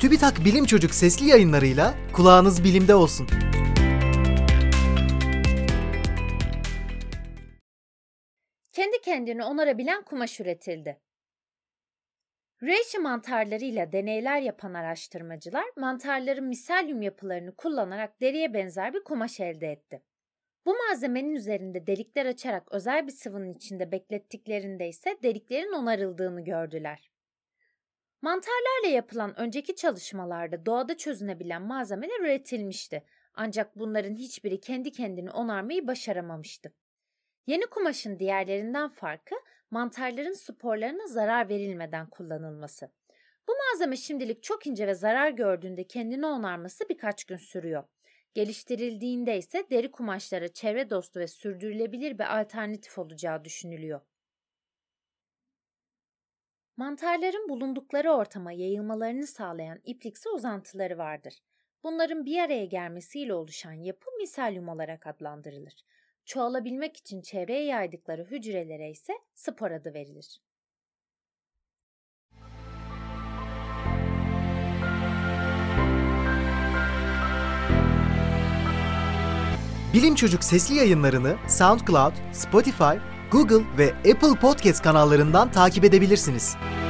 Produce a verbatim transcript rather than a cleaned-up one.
TÜBİTAK Bilim Çocuk sesli yayınlarıyla kulağınız bilimde olsun. Kendi kendini onarabilen kumaş üretildi. Reishi mantarlarıyla deneyler yapan araştırmacılar mantarların miselyum yapılarını kullanarak deriye benzer bir kumaş elde etti. Bu malzemenin üzerinde delikler açarak özel bir sıvının içinde beklettiklerinde ise deliklerin onarıldığını gördüler. Mantarlarla yapılan önceki çalışmalarda doğada çözünebilen malzemeler üretilmişti. Ancak bunların hiçbiri kendi kendini onarmayı başaramamıştı. Yeni kumaşın diğerlerinden farkı mantarların sporlarına zarar verilmeden kullanılması. Bu malzeme şimdilik çok ince ve zarar gördüğünde kendini onarması birkaç gün sürüyor. Geliştirildiğinde ise deri kumaşlara çevre dostu ve sürdürülebilir bir alternatif olacağı düşünülüyor. Mantarların bulundukları ortama yayılmalarını sağlayan ipliksi uzantıları vardır. Bunların bir araya gelmesiyle oluşan yapı miselyum olarak adlandırılır. Çoğalabilmek için çevreye yaydıkları hücrelere ise spor adı verilir. Bilim Çocuk sesli yayınlarını SoundCloud, Spotify, Google ve Apple Podcast kanallarından takip edebilirsiniz.